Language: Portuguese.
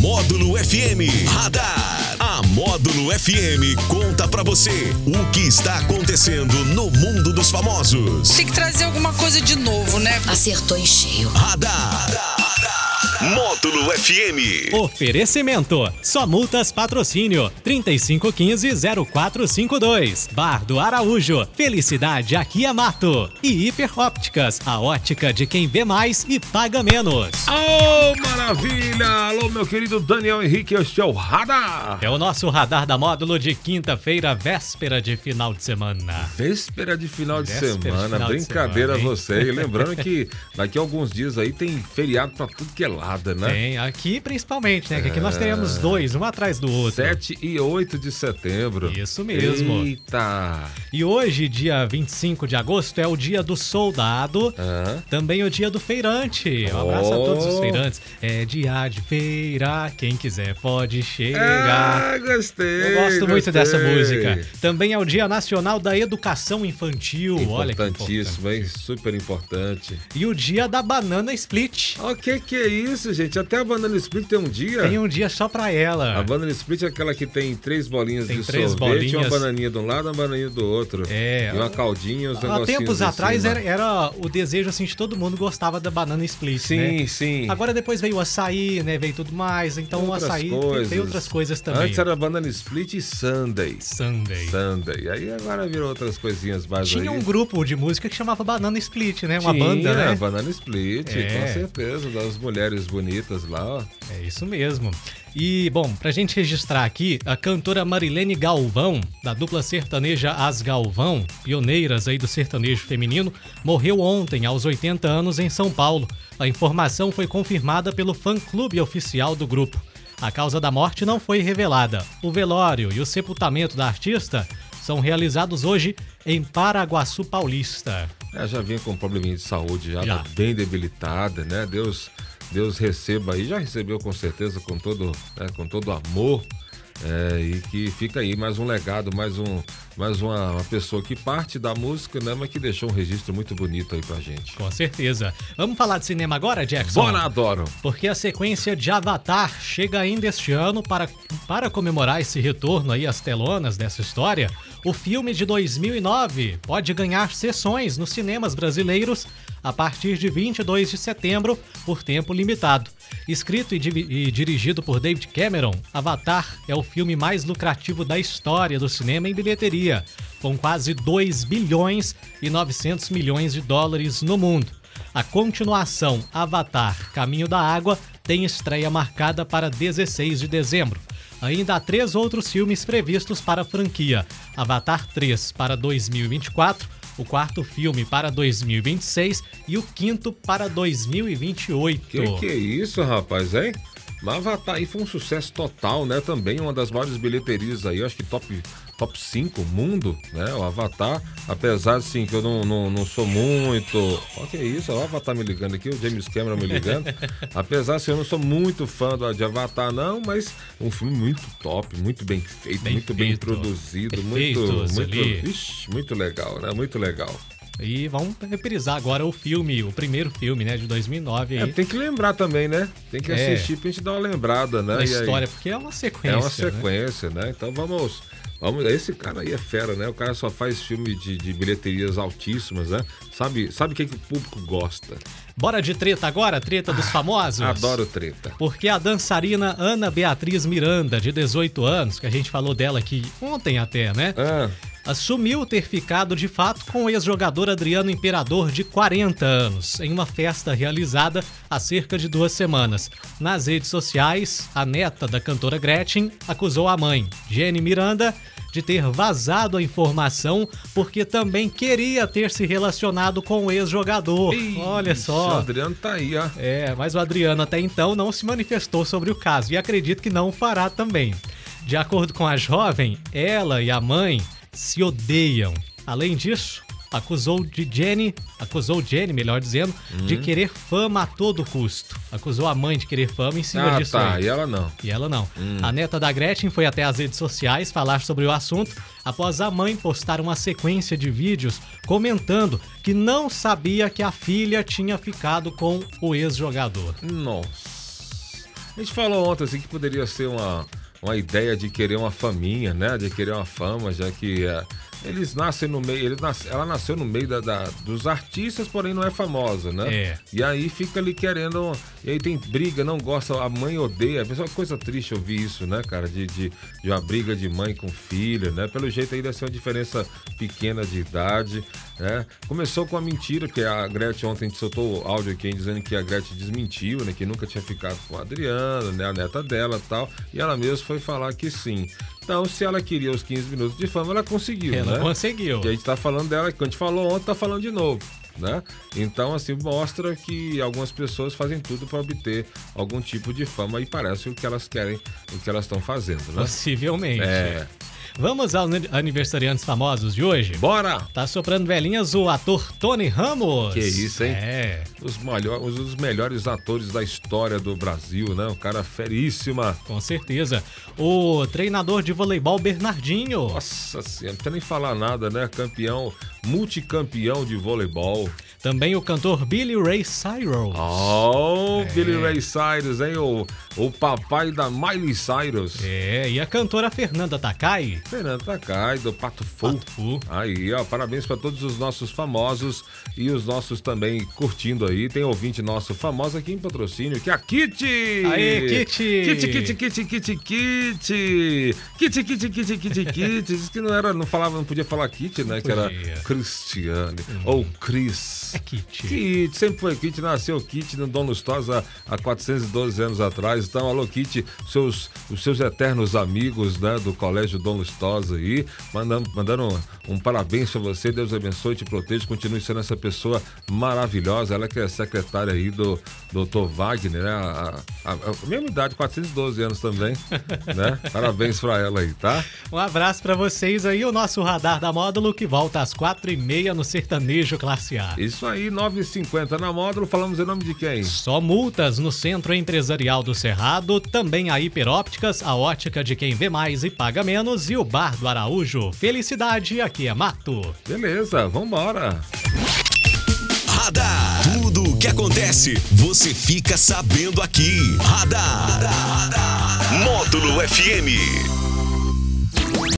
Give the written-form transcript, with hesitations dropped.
Módulo FM Radar. A Módulo FM conta pra você o que está acontecendo no mundo dos famosos. Tem que trazer alguma coisa de novo, né? Acertou em cheio. Radar. Módulo FM. Oferecimento. Só Multas Patrocínio 3515-0452. Bar do Araújo. Felicidade aqui é mato. E Hiper Ópticas. A ótica de quem vê mais e paga menos. Oh, maravilha! Alô, meu querido Daniel Henrique, este é o Radar. É o nosso Radar da Módulo de quinta-feira, véspera de final de semana. Véspera de final de Véspera de semana. final de Brincadeira semana, hein? você. E lembrando que daqui a alguns dias aí tem feriado pra tudo que é lado, né? Tem, aqui principalmente, né? Que aqui nós teremos dois, um atrás do outro. 7 e 8 de setembro. Isso mesmo. Eita! E hoje, dia 25 de agosto, é o dia do soldado, também o dia do feirante. Um abraço a todos os feirantes. É dia de feira, quem quiser pode chegar. Ah, gostei! Eu gosto muito gostei. dessa música. Também é o Dia Nacional da Educação Infantil. Olha que Importantíssimo, hein? importante. Super importante. E o dia da banana split. O que é isso, gente? Até a banana split tem um dia? Tem um dia só pra ela. A banana split é aquela que tem 3 bolinhas Tem de 3 sorvete, bolinhas. uma bananinha de um lado, uma bananinha do outro. É. E uma caldinha, uns Há negocinhos tempos em atrás cima. era o desejo assim de todo mundo gostava da banana split, Sim, né? sim. Agora depois veio o açaí, né? Veio tudo mais. Então o açaí tem outras coisas também. Antes era banana split e Sunday. Sunday. Sunday. Aí agora virou outras coisinhas mais Tinha aí. um grupo de música que chamava Banana Split, né? Uma Tinha, banda, né? Banana Split, É. com certeza. Das mulheres bonitas lá, ó. É isso mesmo. E, bom, pra gente registrar aqui, a cantora Marilene Galvão, da dupla sertaneja As Galvão, pioneiras aí do sertanejo feminino, morreu ontem, aos 80 anos, em São Paulo. A informação foi confirmada pelo fã-clube oficial do grupo. A causa da morte não foi revelada. O velório e o sepultamento da artista são realizados hoje em Paraguaçu Paulista. Já vinha com um probleminha de saúde, já Já. tá bem debilitada, né? Deus receba aí, já recebeu com certeza com todo amor, e que fica aí mais um legado, mais uma pessoa que parte da música, né? Mas que deixou um registro muito bonito aí pra gente. Com certeza. Vamos falar de cinema agora, Jackson? Bora, adoro! Porque a sequência de Avatar chega ainda este ano para comemorar esse retorno aí às telonas dessa história. O filme de 2009 pode ganhar sessões nos cinemas brasileiros a partir de 22 de setembro por tempo limitado. Escrito e dirigido por David Cameron, Avatar é o filme mais lucrativo da história do cinema em bilheteria, com quase 2 bilhões e 900 milhões de dólares no mundo. A continuação Avatar Caminho da Água tem estreia marcada para 16 de dezembro. Ainda há 3 outros filmes previstos para a franquia: Avatar 3 para 2024, o 4º filme para 2026 e o 5º para 2028. Que é isso, rapaz, hein? Mas Avatar aí foi um sucesso total, né? Também uma das maiores bilheterias aí, eu acho que top 5 mundo, né? O Avatar, apesar assim que eu não sou muito... Olha que é isso, o Avatar me ligando aqui, o James Cameron me ligando. Apesar assim, eu não sou muito fã de Avatar não, mas um filme muito top, muito bem feito, bem produzido, muito legal, né? Muito legal. E vamos reprisar agora o primeiro filme, né, de 2009 aí. Tem que lembrar também, né? Tem que assistir pra gente dar uma lembrada, né? Da história, porque é uma sequência. É uma sequência, né? Então vamos. Esse cara aí é fera, né? O cara só faz filme de bilheterias altíssimas, né? Sabe o que o público gosta. Bora de treta agora? Treta dos famosos? Adoro treta. Porque a dançarina Ana Beatriz Miranda, de 18 anos, que a gente falou dela aqui ontem até, né? Assumiu ter ficado de fato com o ex-jogador Adriano Imperador, de 40 anos, em uma festa realizada há cerca de 2 semanas. Nas redes sociais, a neta da cantora Gretchen acusou a mãe, Jenny Miranda, de ter vazado a informação porque também queria ter se relacionado com o ex-jogador. Olha só. O Adriano tá aí, ó. Mas o Adriano até então não se manifestou sobre o caso e acredito que não fará também. De acordo com a jovem, ela e a mãe se odeiam. Além disso, acusou Jenny, melhor dizendo, de querer fama a todo custo. Acusou a mãe de querer fama em cima disso aí. E ela não. A neta da Gretchen foi até as redes sociais falar sobre o assunto após a mãe postar uma sequência de vídeos comentando que não sabia que a filha tinha ficado com o ex-jogador. Nossa. A gente falou ontem assim que poderia ser uma ideia de querer uma faminha, né? De querer uma fama, já que eles nascem no meio, ela nasceu no meio dos artistas, porém não é famosa, né? É. E aí fica ali querendo, e aí tem briga, não gosta, a mãe odeia. É uma coisa triste ouvir isso, né, cara? De uma briga de mãe com filha, né? Pelo jeito aí deve ser uma diferença pequena de idade, né? Começou com a mentira, que a Gretchen ontem soltou áudio aqui dizendo que a Gretchen desmentiu, né? Que nunca tinha ficado com a Adriana, né? A neta dela e tal. E ela mesma foi falar que sim. Então, se ela queria os 15 minutos de fama, ela conseguiu, Ela né? conseguiu. E a gente tá falando dela, que a gente falou ontem, tá falando de novo, né? Então, assim, mostra que algumas pessoas fazem tudo para obter algum tipo de fama e parece o que elas querem, o que elas estão fazendo, né? Possivelmente. É. Vamos aos aniversariantes famosos de hoje? Bora! Tá soprando velhinhas o ator Tony Ramos. Que isso, hein? É. Um dos melhores atores da história do Brasil, né? Um cara feríssima. Com certeza. O treinador de voleibol Bernardinho. Nossa senhora, não precisa nem falar nada, né? Campeão, multicampeão de voleibol. Também o cantor Billy Ray Cyrus. Billy Ray Cyrus, hein? O papai da Miley Cyrus. É, e a cantora Fernanda Takai. Fernando Takai, do Pato Fu. Aí, ó, parabéns para todos os nossos famosos e os nossos também curtindo aí. Tem ouvinte nosso famoso aqui em patrocínio, que é a Kitty! Aê, Kitty! Kitty! Diz que não podia falar Kitty, né? Que era Cristiane ou Cris. É Kitty. Kitty, sempre foi Kitty, nasceu Kitty no Dom Lustosa há 412 anos atrás. Então, alô Kitty, os seus eternos amigos, né, do Colégio Dom Lustosa aí, mandando um parabéns pra você, Deus abençoe, te proteja, continue sendo essa pessoa maravilhosa. Ela que é secretária aí do Dr. Wagner, né, a mesma idade, 412 anos também, né? Parabéns pra ela aí, tá? Um abraço pra vocês aí, o nosso Radar da Módulo que volta às 4h30 no Sertanejo Classe A. Isso aí, 9h50 na Módulo, falamos em nome de quem? Só multas no Centro Empresarial do Cerrado, também a Hiperópticas, a ótica de quem vê mais e paga menos e o Bar do Araújo. Felicidade, aqui é Mato. Beleza, vambora. Radar. Tudo o que acontece, você fica sabendo aqui. Radar. Módulo FM.